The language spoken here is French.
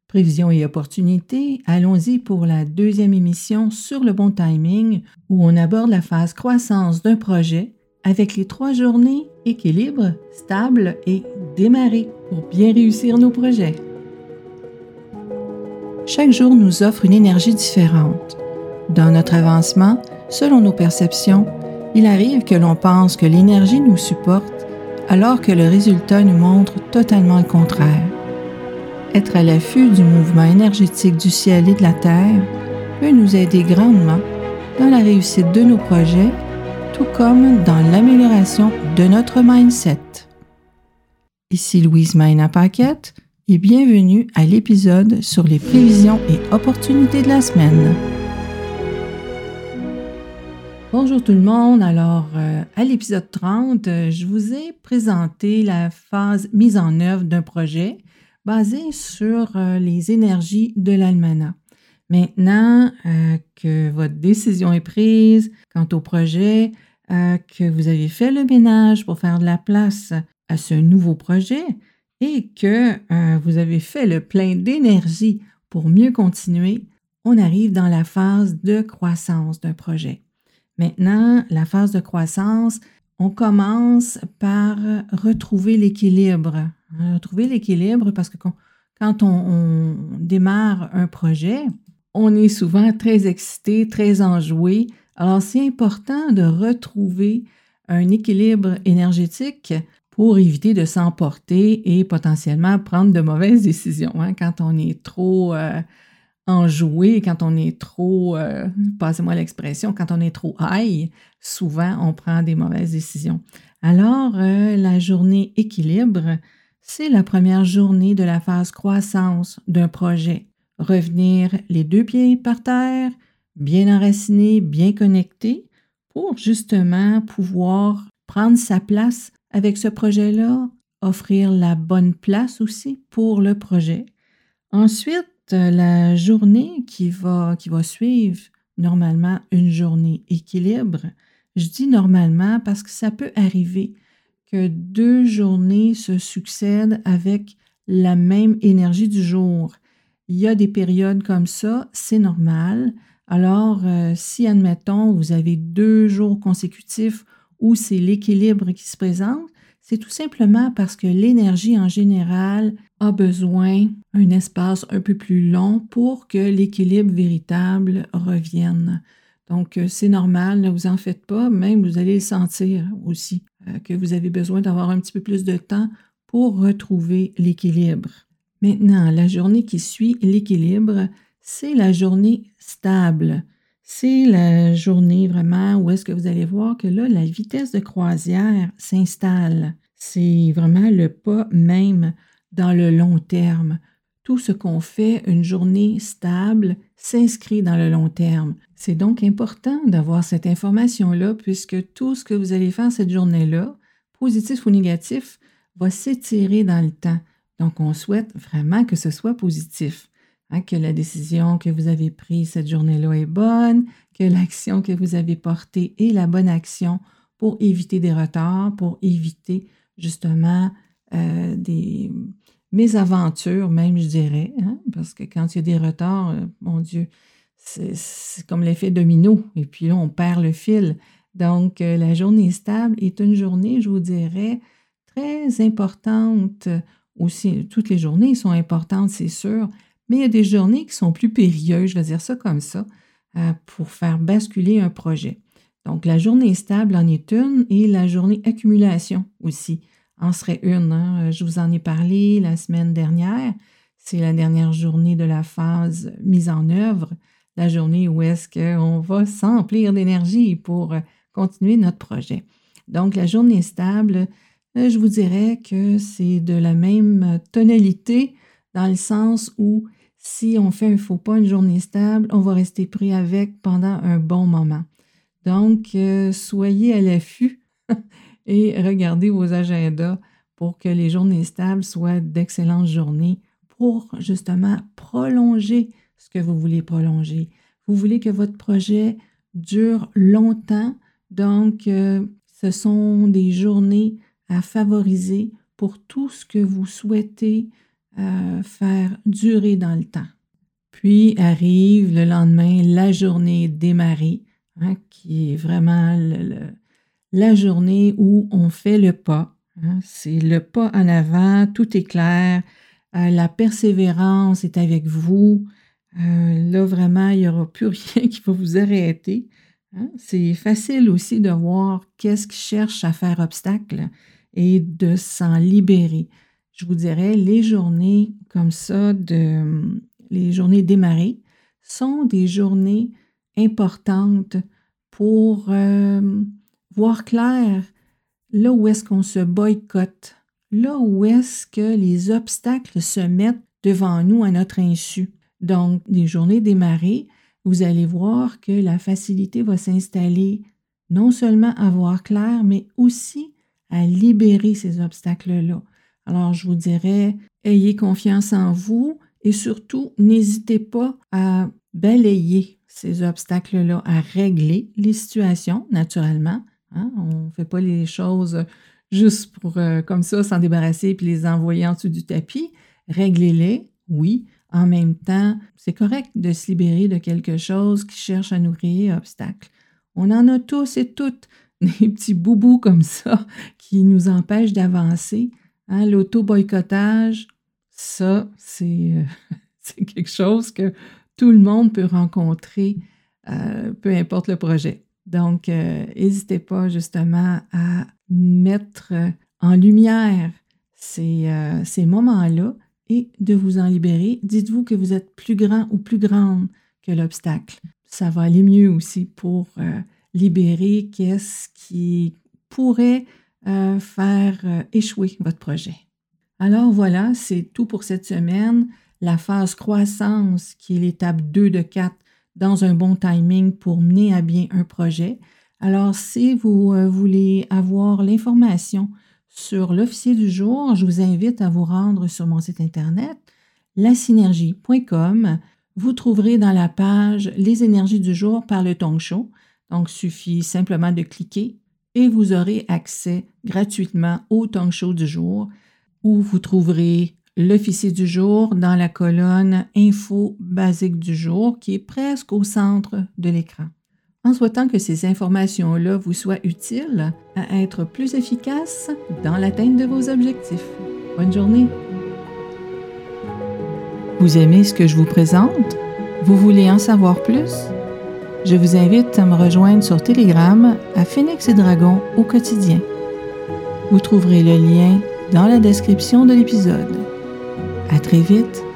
Prévisions et opportunités, allons-y pour la deuxième émission sur le bon timing où on aborde la phase croissance d'un projet avec les 3 journées équilibre, stable et démarrer pour bien réussir nos projets. Chaque jour nous offre une énergie différente. Dans notre avancement, selon nos perceptions, il arrive que l'on pense que l'énergie nous supporte alors que le résultat nous montre totalement le contraire. Être à l'affût du mouvement énergétique du ciel et de la terre peut nous aider grandement dans la réussite de nos projets, tout comme dans l'amélioration de notre mindset. Ici Louise Maina-Paquette et bienvenue à l'épisode sur les prévisions et opportunités de la semaine. Bonjour tout le monde, alors à l'épisode 30, je vous ai présenté la phase mise en œuvre d'un projet basé sur les énergies de l'almanach. Maintenant que votre décision est prise quant au projet, que vous avez fait le ménage pour faire de la place à ce nouveau projet et que vous avez fait le plein d'énergie pour mieux continuer, on arrive dans la phase de croissance d'un projet. Maintenant, la phase de croissance, on commence par retrouver l'équilibre. Retrouver l'équilibre parce que quand on démarre un projet, on est souvent très excité, très enjoué. Alors, c'est important de retrouver un équilibre énergétique pour éviter de s'emporter et potentiellement prendre de mauvaises décisions. Quand on est trop enjoué, quand on est trop, passez-moi l'expression, quand on est trop high, souvent on prend des mauvaises décisions. Alors, la journée équilibre, c'est la première journée de la phase croissance d'un projet. Revenir les 2 pieds par terre, bien enraciné, bien connecté, pour justement pouvoir prendre sa place avec ce projet-là, offrir la bonne place aussi pour le projet. Ensuite, la journée qui va suivre, normalement une journée équilibre. Je dis normalement parce que ça peut arriver que 2 journées se succèdent avec la même énergie du jour. Il y a des périodes comme ça, c'est normal. Alors, si, admettons, vous avez 2 jours consécutifs où c'est l'équilibre qui se présente, c'est tout simplement parce que l'énergie en général a besoin d'un espace un peu plus long pour que l'équilibre véritable revienne. Donc, c'est normal, ne vous en faites pas, même vous allez le sentir aussi, que vous avez besoin d'avoir un petit peu plus de temps pour retrouver l'équilibre. Maintenant, la journée qui suit l'équilibre, c'est la journée stable. C'est la journée vraiment où est-ce que vous allez voir que là, la vitesse de croisière s'installe. C'est vraiment le pas même dans le long terme. Tout ce qu'on fait, une journée stable, s'inscrit dans le long terme. C'est donc important d'avoir cette information-là puisque tout ce que vous allez faire cette journée-là, positif ou négatif, va s'étirer dans le temps. Donc, on souhaite vraiment que ce soit positif, que la décision que vous avez prise cette journée-là est bonne, que l'action que vous avez portée est la bonne action pour éviter des retards, pour éviter justement des mésaventures même, je dirais, parce que quand il y a des retards, mon Dieu, c'est comme l'effet domino, et puis là, on perd le fil. Donc, la journée stable est une journée, je vous dirais, très importante aussi. Toutes les journées sont importantes, c'est sûr, mais il y a des journées qui sont plus périlleuses, je vais dire ça comme ça, pour faire basculer un projet. Donc, la journée stable en est une et la journée accumulation aussi en serait une. Je vous en ai parlé la semaine dernière. C'est la dernière journée de la phase mise en œuvre, la journée où est-ce qu'on va s'emplir d'énergie pour continuer notre projet. Donc, la journée stable, je vous dirais que c'est de la même tonalité dans le sens où si on fait un faux pas, une journée stable, on va rester pris avec pendant un bon moment. Donc, soyez à l'affût et regardez vos agendas pour que les journées stables soient d'excellentes journées pour justement prolonger ce que vous voulez prolonger. Vous voulez que votre projet dure longtemps, donc ce sont des journées à favoriser pour tout ce que vous souhaitez faire durer dans le temps. Puis arrive le lendemain la journée démarrée, qui est vraiment la journée où on fait le pas. C'est le pas en avant, tout est clair, la persévérance est avec vous. Là, vraiment, il n'y aura plus rien qui va vous arrêter. C'est facile aussi de voir qu'est-ce qui cherche à faire obstacle et de s'en libérer. Je vous dirais, les journées comme ça, les journées démarrées, sont des journées importantes pour voir clair là où est-ce qu'on se boycotte, là où est-ce que les obstacles se mettent devant nous à notre insu. Donc, des journées démarrées, vous allez voir que la facilité va s'installer non seulement à voir clair, mais aussi à libérer ces obstacles-là. Alors, je vous dirais, ayez confiance en vous et surtout, n'hésitez pas à balayer ces obstacles-là, à régler les situations, naturellement. On ne fait pas les choses juste pour comme ça, s'en débarrasser puis les envoyer en dessous du tapis. Réglez-les, oui. En même temps, c'est correct de se libérer de quelque chose qui cherche à nous créer obstacle. On en a tous et toutes des petits boubous comme ça qui nous empêchent d'avancer. L'auto-boycottage, ça, c'est quelque chose que tout le monde peut rencontrer, peu importe le projet. Donc, n'hésitez pas justement à mettre en lumière ces moments-là et de vous en libérer. Dites-vous que vous êtes plus grand ou plus grande que l'obstacle. Ça va aller mieux aussi pour libérer qu'est-ce qui pourrait faire échouer votre projet. Alors voilà, c'est tout pour cette semaine. La phase croissance, qui est l'étape 2 de 4 dans un bon timing pour mener à bien un projet. Alors, si vous voulez avoir l'information sur l'officier du jour, je vous invite à vous rendre sur mon site internet, lasynergie.com. Vous trouverez dans la page les énergies du jour par le Tong Show. Donc, il suffit simplement de cliquer et vous aurez accès gratuitement au Tong Show du jour où vous trouverez l'officier du jour dans la colonne Info basique du jour qui est presque au centre de l'écran. En souhaitant que ces informations-là vous soient utiles à être plus efficaces dans l'atteinte de vos objectifs. Bonne journée! Vous aimez ce que je vous présente? Vous voulez en savoir plus? Je vous invite à me rejoindre sur Telegram à Phoenix et Dragon au quotidien. Vous trouverez le lien dans la description de l'épisode. À très vite!